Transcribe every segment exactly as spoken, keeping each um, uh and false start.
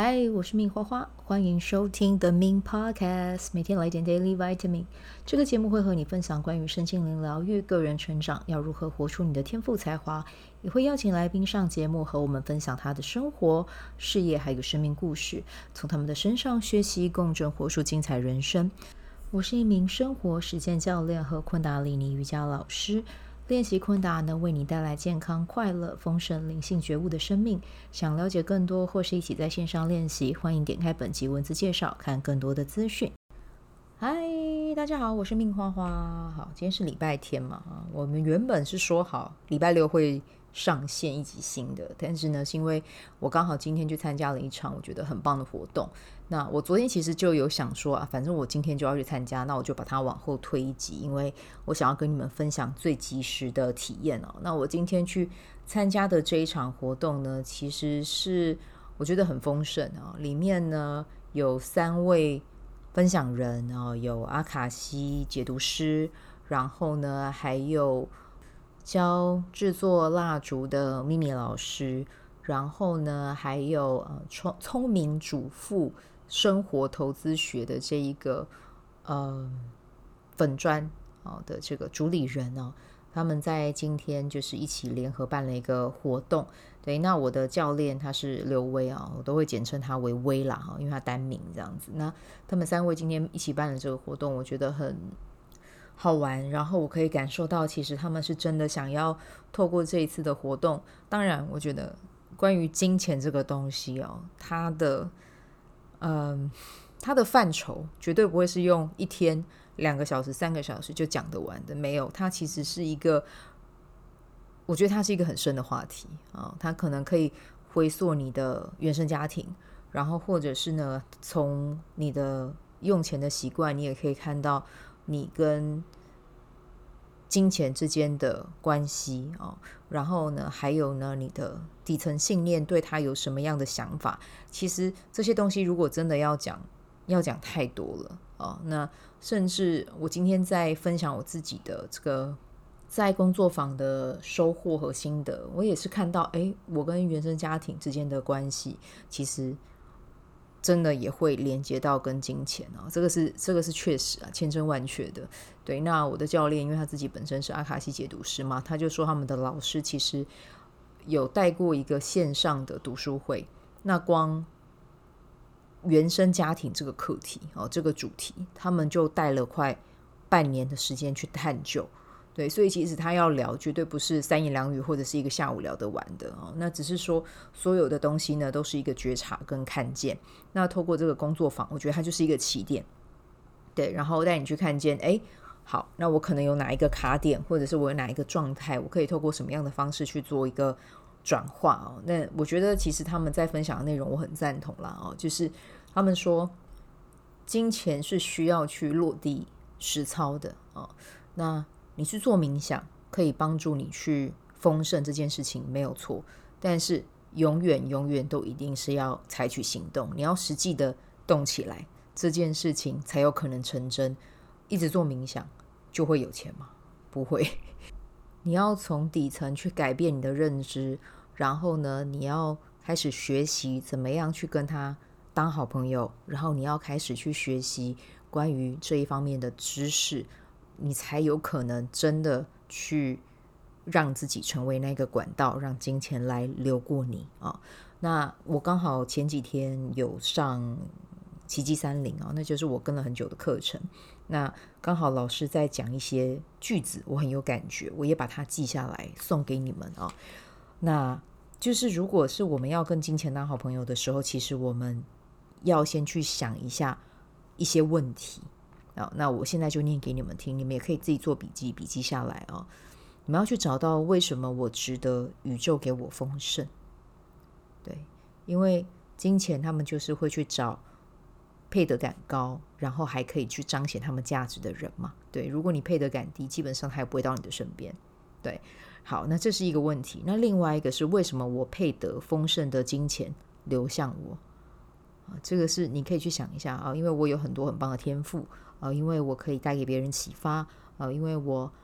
嗨，我是命花花，欢迎收听 The Min Podcast，每天来点 Daily Vitamin。这个节目会和你分享关于身心灵疗愈、个人成长，要如何活出你的天赋才华，也会邀请来宾上节目和我们分享他的生活、事业还有生命故事，从他们的身上学习，共振活出精彩人生。我是一名生活实践教练和昆达里尼瑜伽老师。练习昆达能为你带来健康、快乐、丰盛、灵性觉悟的生命。想了解更多或是一起在线上练习，欢迎点开本集文字介绍，看更多的资讯。嗨，大家好，我是命花花。好，今天是礼拜天嘛，我们原本是说好礼拜六会上线一集新的，但是呢，是因为我刚好今天去参加了一场我觉得很棒的活动。那我昨天其实就有想说啊，反正我今天就要去参加，那我就把它往后推一集，因为我想要跟你们分享最及时的体验哦。那我今天去参加的这一场活动呢，其实是我觉得很丰盛啊，里面呢有三位分享人啊，有阿卡西解读师，然后呢还有教制作蜡烛的咪咪老师，然后呢还有呃聪聪明主妇生活投资学的这一个呃粉专、哦、的这个主理人哦，他们在今天就是一起联合办了一个活动。对，那我的教练他是刘威啊，我都会简称他为威啦，因为他单名这样子。那他们三位今天一起办了这个活动，我觉得很好玩，然后我可以感受到其实他们是真的想要透过这一次的活动。当然我觉得关于金钱这个东西哦，它的嗯，它的范畴绝对不会是用一天两个小时三个小时就讲得完的，没有，它其实是一个，我觉得它是一个很深的话题啊，它可能可以回溯你的原生家庭，然后或者是呢从你的用钱的习惯，你也可以看到你跟金钱之间的关系、哦、然后呢还有呢你的底层信念对他有什么样的想法。其实这些东西如果真的要讲要讲太多了、哦、那甚至我今天在分享我自己的这个在工作坊的收获和心得，我也是看到诶我跟原生家庭之间的关系其实真的也会连接到跟金钱、哦、这个是这个是确实啊，千真万确的。对，那我的教练因为他自己本身是阿卡西解读师嘛，他就说他们的老师其实有带过一个线上的读书会，那光原生家庭这个课题、哦、这个主题他们就带了快半年的时间去探究。对，所以其实他要聊绝对不是三言两语或者是一个下午聊得完的、哦、那只是说所有的东西呢都是一个觉察跟看见。那透过这个工作坊，我觉得它就是一个起点，对，然后带你去看见，哎，好，那我可能有哪一个卡点，或者是我有哪一个状态，我可以透过什么样的方式去做一个转化、哦、那我觉得其实他们在分享的内容我很赞同啦、哦、就是他们说金钱是需要去落地实操的、哦、那你去做冥想可以帮助你去丰盛这件事情没有错，但是永远永远都一定是要采取行动，你要实际的动起来，这件事情才有可能成真。一直做冥想就会有钱吗？不会。你要从底层去改变你的认知，然后呢你要开始学习怎么样去跟他当好朋友，然后你要开始去学习关于这一方面的知识，你才有可能真的去让自己成为那个管道，让金钱来流过你、哦、那我刚好前几天有上奇迹三零、哦、那就是我跟了很久的课程，那刚好老师在讲一些句子我很有感觉，我也把它记下来送给你们、哦、那就是如果是我们要跟金钱当好朋友的时候，其实我们要先去想一下一些问题、哦、那我现在就念给你们听，你们也可以自己做笔记笔记下来、哦、你们要去找到为什么我值得宇宙给我丰盛。对，因为金钱他们就是会去找配得感高，然后还可以去彰显他们价值的人嘛。对，如果你配得感低，基本上他也不会到你的身边。对，好，那这是一个问题。那另外一个是为什么我配得丰盛的金钱流向我、啊、这个是你可以去想一下啊，因为我有很多很棒的天赋啊，因为我可以带给别人启发啊，因为我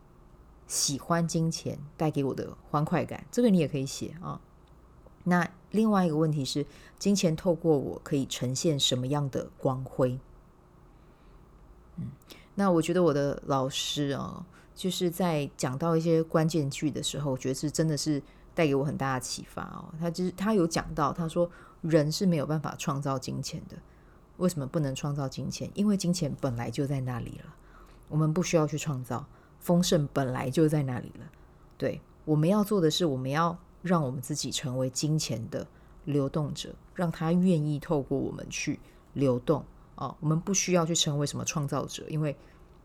喜欢金钱带给我的欢快感，这个你也可以写啊。那另外一个问题是，金钱透过我可以呈现什么样的光辉？嗯，那我觉得我的老师啊，就是在讲到一些关键句的时候，我觉得是真的是带给我很大的启发哦。他就是他有讲到，他说人是没有办法创造金钱的。为什么不能创造金钱？因为金钱本来就在那里了，我们不需要去创造。丰盛本来就在那里了。对，我们要做的是，我们要让我们自己成为金钱的流动者，让他愿意透过我们去流动。哦，我们不需要去成为什么创造者，因为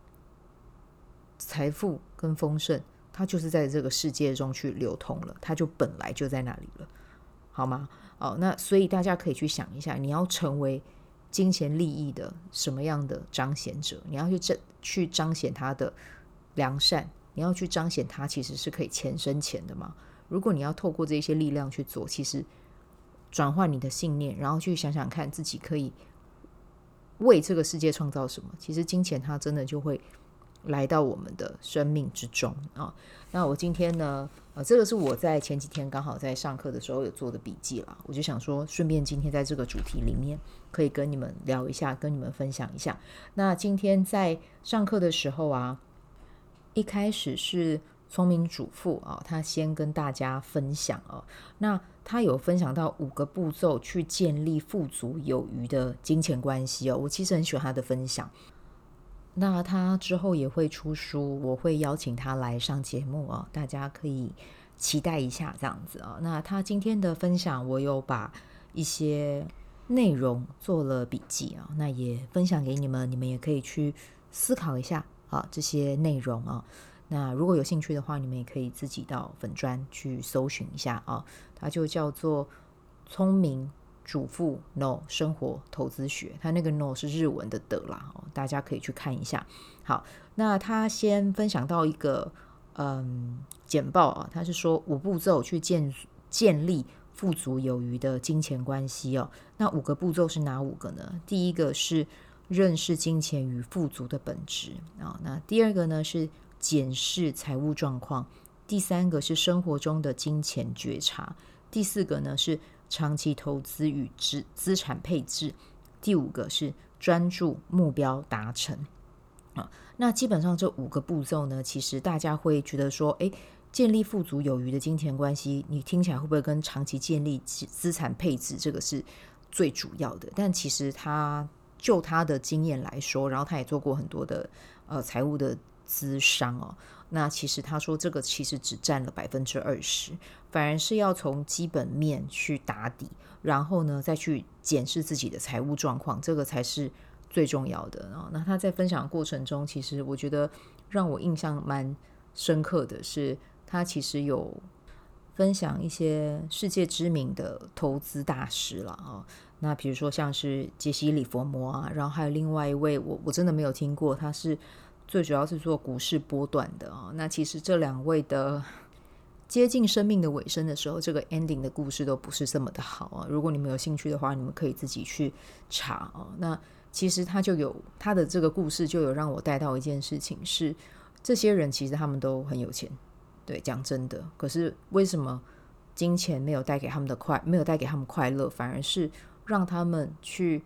财富跟丰盛它就是在这个世界中去流通了，它就本来就在那里了，好吗？哦，那所以大家可以去想一下，你要成为金钱利益的什么样的彰显者？你要去去彰显它的良善，你要去彰显它其实是可以钱生钱的嘛？如果你要透过这些力量去做，其实转换你的信念，然后去想想看自己可以为这个世界创造什么，其实金钱它真的就会来到我们的生命之中啊。那我今天呢，呃，这个是我在前几天刚好在上课的时候有做的笔记啦，我就想说顺便今天在这个主题里面可以跟你们聊一下，跟你们分享一下。那今天在上课的时候啊，一开始是聪明主妇啊，她先跟大家分享啊，那她有分享到五个步骤去建立富足有余的金钱关系哦。我其实很喜欢她的分享。那她之后也会出书，我会邀请她来上节目哦，大家可以期待一下这样子啊。那她今天的分享，我有把一些内容做了笔记啊，那也分享给你们，你们也可以去思考一下啊这些内容啊。那如果有兴趣的话，你们也可以自己到粉专去搜寻一下啊，它就叫做聪明主妇 No 生活投资学，它那个 No 是日文的的啦，哦，大家可以去看一下。好，那他先分享到一个嗯简报啊，他是说五步骤去建建立富足有余的金钱关系哦。那五个步骤是哪五个呢？第一个是认识金钱与富足的本质啊，那第二个呢是检视财务状况，第三个是生活中的金钱觉察，第四个呢是长期投资与资资产配置，第五个是专注目标达成啊。那基本上这五个步骤呢，其实大家会觉得说，诶，建立富足有余的金钱关系，你听起来会不会跟长期建立资产配置这个是最主要的？但其实他就他的经验来说，然后他也做过很多的呃财务的咨商哦，那其实他说这个其实只占了百分之二十，反而是要从基本面去打底，然后呢再去检视自己的财务状况，这个才是最重要的哦。那他在分享的过程中，其实我觉得让我印象蛮深刻的是，他其实有分享一些世界知名的投资大师啦哦。那比如说像是杰西·里佛摩啊，然后还有另外一位我我真的没有听过，他是最主要是做股市波段的哦。那其实这两位的接近生命的尾声的时候，这个 ending 的故事都不是这么的好啊。如果你们有兴趣的话，你们可以自己去查哦。那其实他就有他的这个故事就有让我带到一件事情是，这些人其实他们都很有钱，对，讲真的，可是为什么金钱没有带给他们的快，没有带给他们快乐，反而是让他们去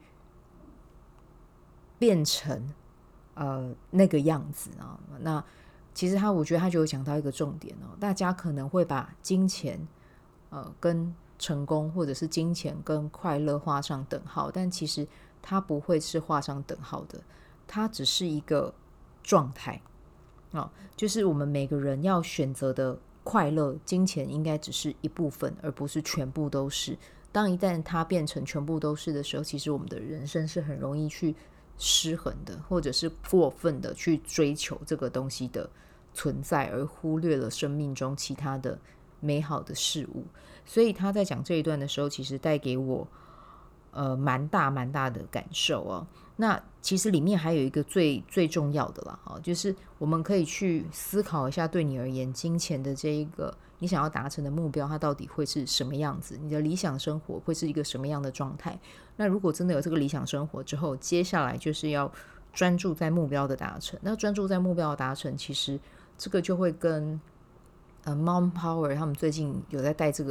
变成呃那个样子啊？那其实他我觉得他就有讲到一个重点哦，大家可能会把金钱呃跟成功或者是金钱跟快乐画上等号，但其实它不会是画上等号的，它只是一个状态哦，就是我们每个人要选择的快乐，金钱应该只是一部分，而不是全部都是。当一旦它变成全部都是的时候，其实我们的人生是很容易去失衡的，或者是过分的去追求这个东西的存在，而忽略了生命中其他的美好的事物。所以他在讲这一段的时候，其实带给我呃蛮大蛮大的感受哦。那其实里面还有一个最最重要的啦，就是我们可以去思考一下，对你而言金钱的这一个你想要达成的目标，它到底会是什么样子，你的理想生活会是一个什么样的状态。那如果真的有这个理想生活之后，接下来就是要专注在目标的达成。那专注在目标的达成，其实这个就会跟呃 Mom Power 他们最近有在带这个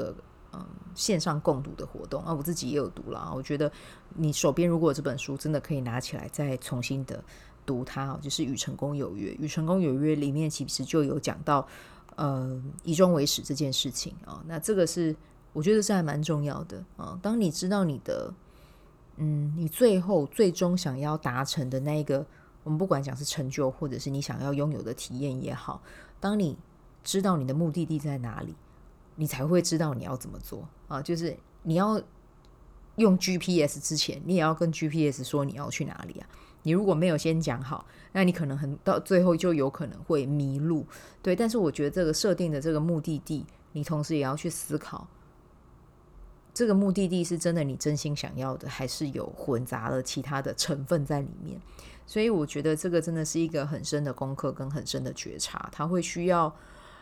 嗯线上共读的活动啊，我自己也有读啦。我觉得你手边如果有这本书，真的可以拿起来再重新的读它，就是《与成功有约》。《与成功有约》里面其实就有讲到呃以终为始这件事情啊，那这个是我觉得是还蛮重要的啊。当你知道你的嗯你最后最终想要达成的那一个，我们不管讲是成就或者是你想要拥有的体验也好，当你知道你的目的地在哪里，你才会知道你要怎么做啊。就是你要用 G P S 之前，你也要跟 G P S 说你要去哪里啊。你如果没有先讲好，那你可能很到最后就有可能会迷路。对，但是我觉得这个设定的这个目的地，你同时也要去思考，这个目的地是真的你真心想要的，还是有混杂了其他的成分在里面。所以我觉得这个真的是一个很深的功课跟很深的觉察，它会需要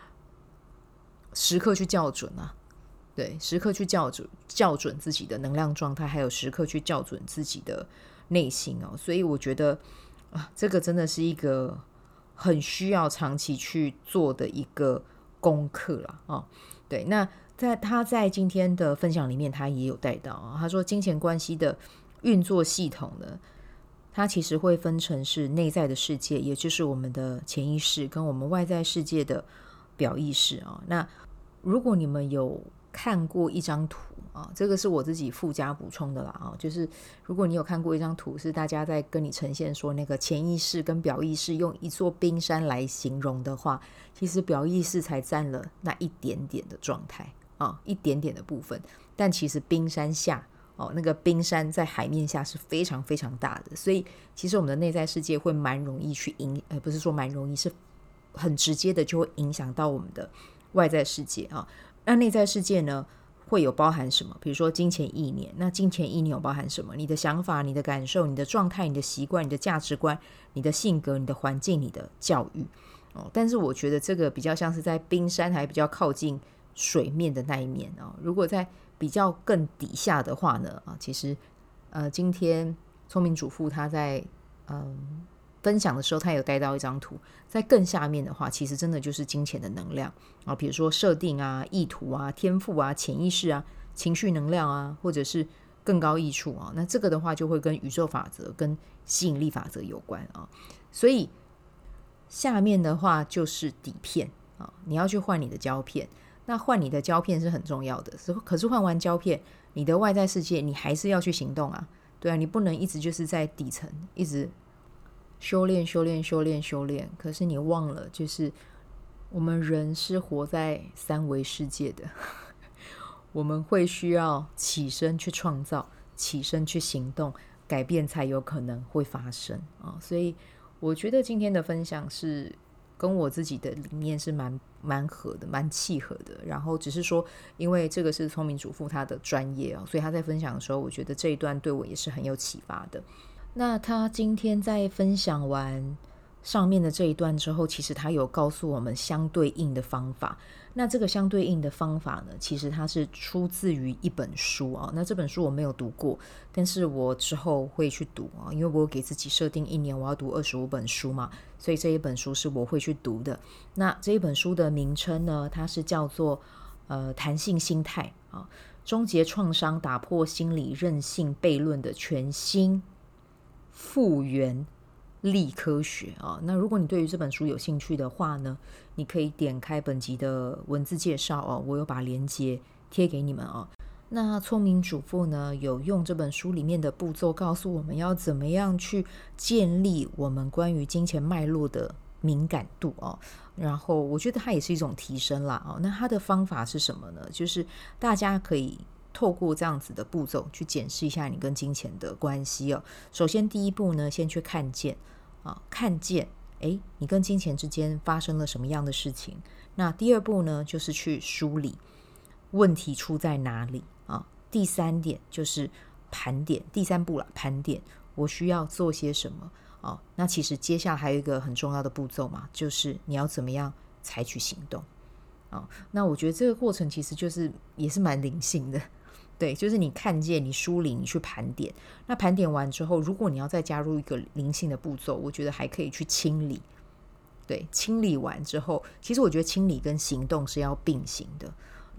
时刻去校准啊，对，时刻去校准校准自己的能量状态，还有时刻去校准自己的内心哦。所以我觉得啊，这个真的是一个很需要长期去做的一个功课啦哦。对，那在他在今天的分享里面，他也有带到啊，他说金钱关系的运作系统呢，它其实会分成是内在的世界，也就是我们的潜意识，跟我们外在世界的表意识啊。那如果你们有看过一张图啊，这个是我自己附加补充的啦啊，就是如果你有看过一张图，是大家在跟你呈现说那个潜意识跟表意识用一座冰山来形容的话，其实表意识才占了那一点点的状态啊，一点点的部分，但其实冰山下哦，那个冰山在海面下是非常非常大的，所以其实我们的内在世界会蛮容易去影，呃，不是说蛮容易，是很直接的就会影响到我们的外在世界啊。那内在世界呢，会有包含什么？比如说金钱意念，那金钱意念有包含什么？你的想法、你的感受、你的状态、你的习惯、你的价值观、你的性格、你的环境、你的教育哦。但是我觉得这个比较像是在冰山还比较靠近水面的那一面哦。如果在比较更底下的话呢，啊，其实呃，今天聪明主妇她在嗯分享的时候，她有带到一张图，在更下面的话，其实真的就是金钱的能量啊，比如说设定啊、意图啊、天赋啊、潜意识啊、情绪能量啊，或者是更高益处啊。那这个的话，就会跟宇宙法则、跟吸引力法则有关啊。所以下面的话就是底片啊，你要去换你的胶片。那换你的胶片是很重要的，可是换完胶片，你的外在世界你还是要去行动啊，对啊，你不能一直就是在底层一直修炼修炼修炼修炼，可是你忘了，就是我们人是活在三维世界的我们会需要起身去创造，起身去行动，改变才有可能会发生啊。所以我觉得今天的分享是跟我自己的理念是蛮蛮合的，蛮契合的。然后只是说，因为这个是聪明主妇她的专业啊，所以她在分享的时候，我觉得这一段对我也是很有启发的。那他今天在分享完上面的这一段之后，其实他有告诉我们相对应的方法。那这个相对应的方法呢，其实它是出自于一本书啊。那这本书我没有读过，但是我之后会去读啊，因为我有给自己设定一年我要读二十五本书嘛，所以这一本书是我会去读的。那这一本书的名称呢，它是叫做呃弹性心态啊，终结创伤，打破心理韧性悖论的全新复原力科学啊。那如果你对于这本书有兴趣的话呢，你可以点开本集的文字介绍哦，我有把连结贴给你们哦。那聪明主妇呢，有用这本书里面的步骤告诉我们要怎么样去建立我们关于金钱脉络的敏感度哦。然后我觉得它也是一种提升啦哦。那它的方法是什么呢？就是大家可以透过这样子的步骤去检视一下你跟金钱的关系哦。首先第一步呢，先去看见啊，看见诶你跟金钱之间发生了什么样的事情。那第二步呢，就是去梳理问题出在哪里啊。第三点就是盘点，第三步了，盘点我需要做些什么啊。那其实接下来还有一个很重要的步骤嘛，就是你要怎么样采取行动啊。那我觉得这个过程其实就是也是蛮灵性的。对，就是你看见，你梳理，你去盘点。那盘点完之后，如果你要再加入一个灵性的步骤，我觉得还可以去清理。对，清理完之后，其实我觉得清理跟行动是要并行的。那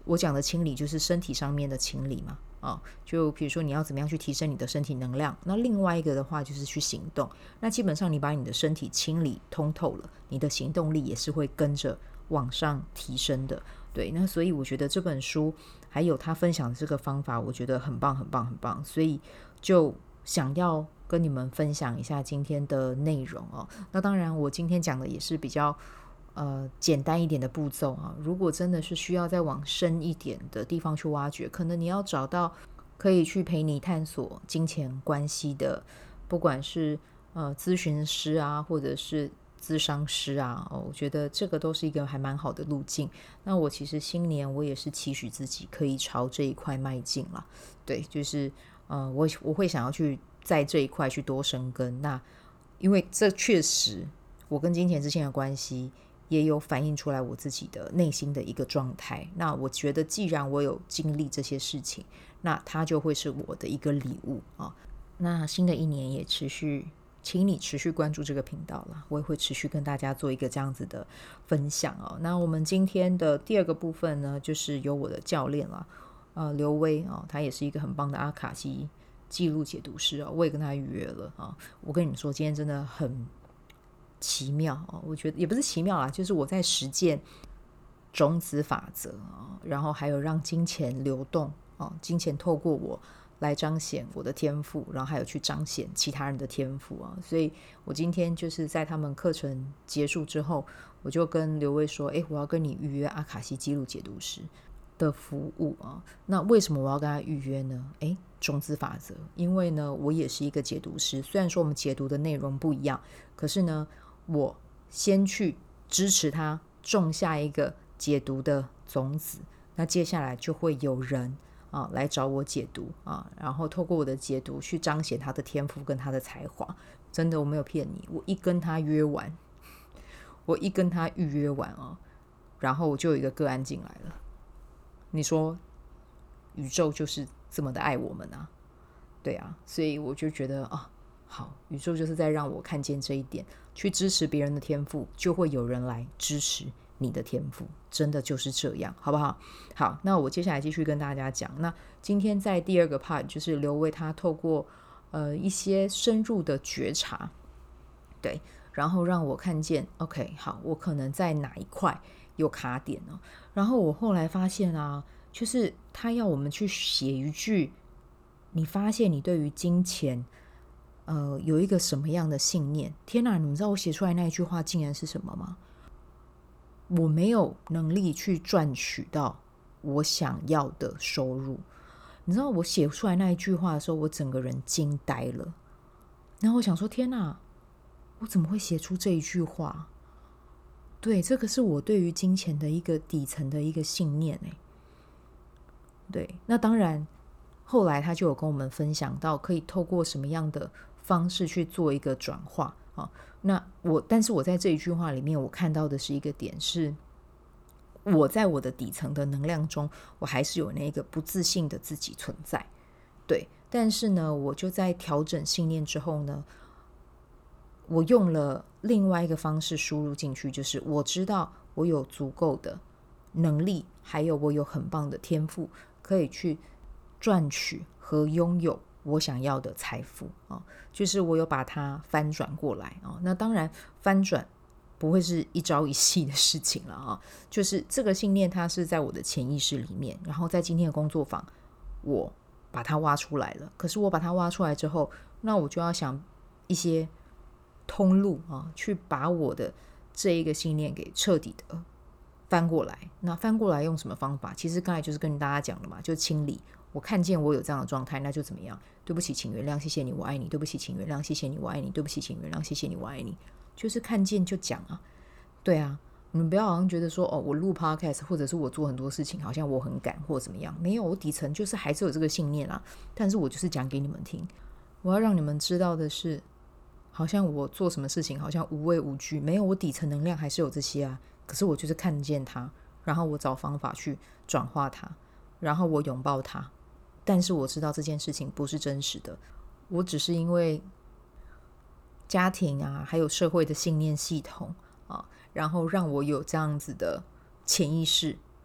我讲的清理就是身体上面的清理嘛，哦，就比如说你要怎么样去提升你的身体能量，那另外一个的话就是去行动。那基本上你把你的身体清理通透了，你的行动力也是会跟着往上提升的。对，那所以我觉得这本书还有他分享的这个方法，我觉得很棒很棒很棒，所以就想要跟你们分享一下今天的内容哦。那当然我今天讲的也是比较呃简单一点的步骤啊，如果真的是需要再往深一点的地方去挖掘，可能你要找到可以去陪你探索金钱关系的，不管是呃咨询师啊，或者是咨商师啊，哦，我觉得这个都是一个还蛮好的路径。那我其实新年我也是期许自己可以朝这一块迈进啦，对，就是呃我我会想要去在这一块去多生根。那因为这确实我跟金钱之间的关系也有反映出来我自己的内心的一个状态，那我觉得既然我有经历这些事情，那它就会是我的一个礼物啊。那新的一年也持续请你持续关注这个频道啦，我也会持续跟大家做一个这样子的分享哦。那我们今天的第二个部分呢，就是由我的教练啦，呃，刘威啊，他也是一个很棒的阿卡西记录解读师啊，我也跟他预约了啊。我跟你们说，今天真的很奇妙啊，我觉得也不是奇妙啦，就是我在实践种子法则啊，然后还有让金钱流动啊，金钱透过我来彰显我的天赋，然后还有去彰显其他人的天赋啊。所以我今天就是在他们课程结束之后，我就跟刘威说，诶，我要跟你预约阿卡西记录解读师的服务啊。那为什么我要跟他预约呢？诶，种子法则，因为呢我也是一个解读师，虽然说我们解读的内容不一样，可是呢我先去支持他种下一个解读的种子，那接下来就会有人啊来找我解读啊，然后透过我的解读去彰显他的天赋跟他的才华。真的我没有骗你，我一跟他约完，我一跟他预约完啊，然后我就有一个个案进来了。你说宇宙就是这么的爱我们啊，对啊，所以我就觉得啊，好，宇宙就是在让我看见这一点，去支持别人的天赋，就会有人来支持你的天赋，真的就是这样，好不好？好，那我接下来继续跟大家讲。那今天在第二个 part 就是刘威他透过呃一些深入的觉察，对，然后让我看见 OK 好，我可能在哪一块有卡点呢？然后我后来发现啊，就是他要我们去写一句，你发现你对于金钱呃有一个什么样的信念。天哪，你们知道我写出来那一句话竟然是什么吗？我没有能力去赚取到我想要的收入。你知道我写出来那一句话的时候，我整个人惊呆了。然后我想说，天哪，我怎么会写出这一句话？对，这个是我对于金钱的一个底层的一个信念欸。对，那当然后来他就有跟我们分享到可以透过什么样的方式去做一个转化啊。那我但是我在这一句话里面我看到的是一个点，是我在我的底层的能量中，我还是有那个不自信的自己存在。对，但是呢我就在调整信念之后呢，我用了另外一个方式输入进去，就是我知道我有足够的能力，还有我有很棒的天赋，可以去赚取和拥有我想要的财富啊，就是我有把它翻转过来啊。那当然翻转不会是一朝一夕的事情了啊，就是这个信念它是在我的潜意识里面，然后在今天的工作坊我把它挖出来了。可是我把它挖出来之后，那我就要想一些通路啊，去把我的这一个信念给彻底的翻过来。那翻过来用什么方法？其实刚才就是跟大家讲了嘛，就清理。我看见我有这样的状态，那就怎么样？对不起，请原谅，谢谢你，我爱你。对不起，请原谅，谢谢你，我爱你。对不起，请原谅，谢谢你，我爱你。就是看见就讲啊，对啊，你们不要好像觉得说哦，我录 podcast 或者是我做很多事情，好像我很赶或怎么样。没有，我底层就是还是有这个信念啊。但是我就是讲给你们听，我要让你们知道的是，好像我做什么事情好像无畏无惧，没有，我底层能量还是有这些啊。可是我就是看见它，然后我找方法去转化它，然后我拥抱它。但是我知道这件事情不是真实的，我只是因为家庭啊，还有社会的信念系统啊，然后让我有这样子的潜意识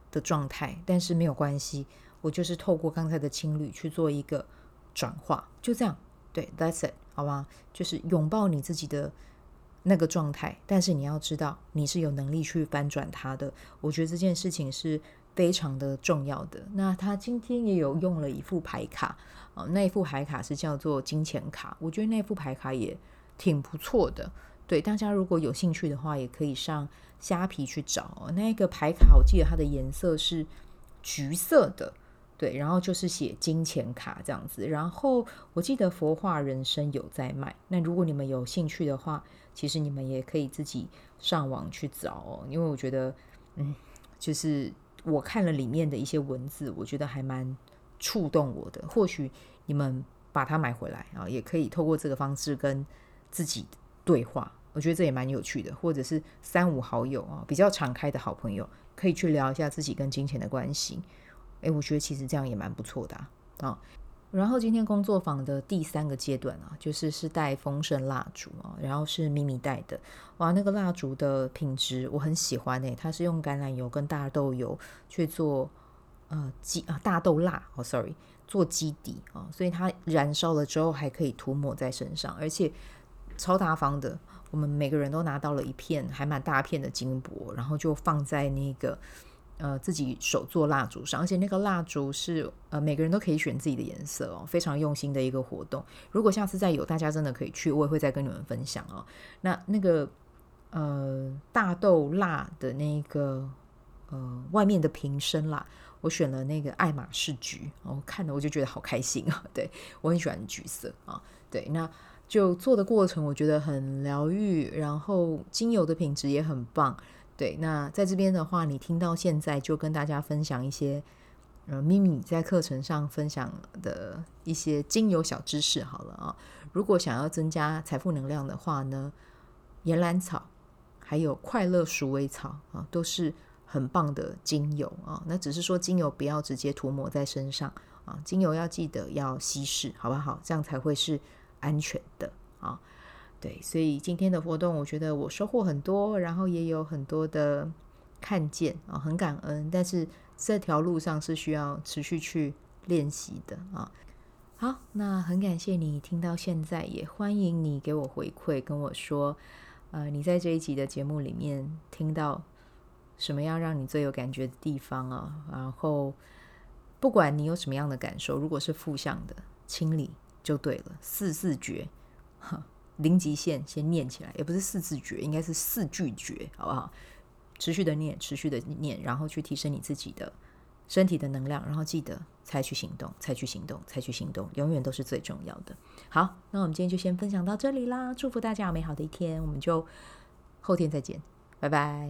的状态，但是没有关系，我就是透过刚才的青旅去做一个转化，就这样，对 that's it， 好吧，就是拥抱你自己的那个状态，但是你要知道你是有能力去翻转它的，我觉得这件事情是非常的重要的。那他今天也有用了一副牌卡、呃、那一副牌卡是叫做金钱卡，我觉得那副牌卡也挺不错的，对，大家如果有兴趣的话也可以上虾皮去找、哦、那个牌卡我记得它的颜色是橘色的，对，然后就是写金钱卡这样子，然后我记得佛化人生有在卖，那如果你们有兴趣的话，其实你们也可以自己上网去找哦，因为我觉得嗯，就是我看了里面的一些文字，我觉得还蛮触动我的，或许你们把它买回来啊，也可以透过这个方式跟自己对话，我觉得这也蛮有趣的，或者是三五好友啊，比较敞开的好朋友，可以去聊一下自己跟金钱的关系。诶，我觉得其实这样也蛮不错的 啊, 啊然后今天工作坊的第三个阶段啊，就是是带丰盛蜡烛啊，然后是咪咪带的，哇，那个蜡烛的品质我很喜欢诶，它是用橄榄油跟大豆油去做呃基啊大豆蜡哦 ，sorry， 做基底啊，所以它燃烧了之后还可以涂抹在身上，而且超大方的，我们每个人都拿到了一片还蛮大片的金箔，然后就放在那个呃，自己手做蜡烛上，而且那个蜡烛是呃每个人都可以选自己的颜色哦，非常用心的一个活动。如果下次再有，大家真的可以去，我也会再跟你们分享哦。那那个呃大豆蜡的那个呃外面的瓶身啦，我选了那个爱马仕橘，我、哦、看了我就觉得好开心啊！对，我很喜欢橘色啊，对，那就做的过程我觉得很疗愈，然后精油的品质也很棒。对，那在这边的话，你听到现在就跟大家分享一些呃咪咪在课程上分享的一些精油小知识好了啊。如果想要增加财富能量的话呢，岩兰草还有快乐鼠尾草啊，都是很棒的精油啊。那只是说精油不要直接涂抹在身上啊，精油要记得要稀释，好不好？这样才会是安全的啊。对，所以今天的活动我觉得我收获很多，然后也有很多的看见啊，很感恩，但是这条路上是需要持续去练习的啊。好，那很感谢你听到现在，也欢迎你给我回馈，跟我说呃，你在这一集的节目里面听到什么样让你最有感觉的地方啊，然后不管你有什么样的感受，如果是负向的，清理就对了，四字诀零极限先念起来，也不是四字诀，应该是四句诀，好不好？持续的念，持续的念，然后去提升你自己的身体的能量，然后记得采取行动，采取行动，采取行动，永远都是最重要的。好，那我们今天就先分享到这里啦，祝福大家有美好的一天，我们就后天再见，拜拜。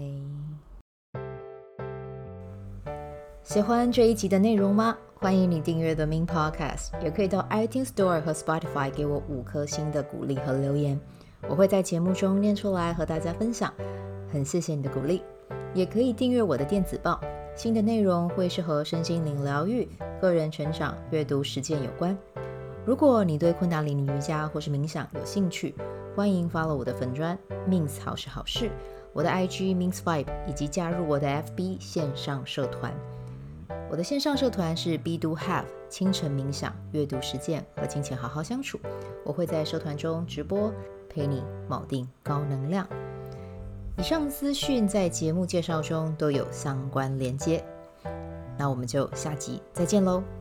喜欢这一集的内容吗？欢迎你订阅 The Min Podcast， 也可以到 iTunes Store 和 Spotify 给我五颗星的鼓励和留言，我会在节目中念出来和大家分享，很谢谢你的鼓励。也可以订阅我的电子报，新的内容会是和身心灵疗愈、个人成长、阅读实践有关。如果你对昆达里尼瑜伽或是冥想有兴趣，欢迎 follow 我的粉专 Mins 好事好事，我的 I G Mins Vibe， 以及加入我的 F B 线上社团。我的线上社团是 Be Do Have 清晨冥想、阅读实践和金钱好好相处，我会在社团中直播，陪你锚定高能量。以上资讯在节目介绍中都有相关连接，那我们就下集再见喽。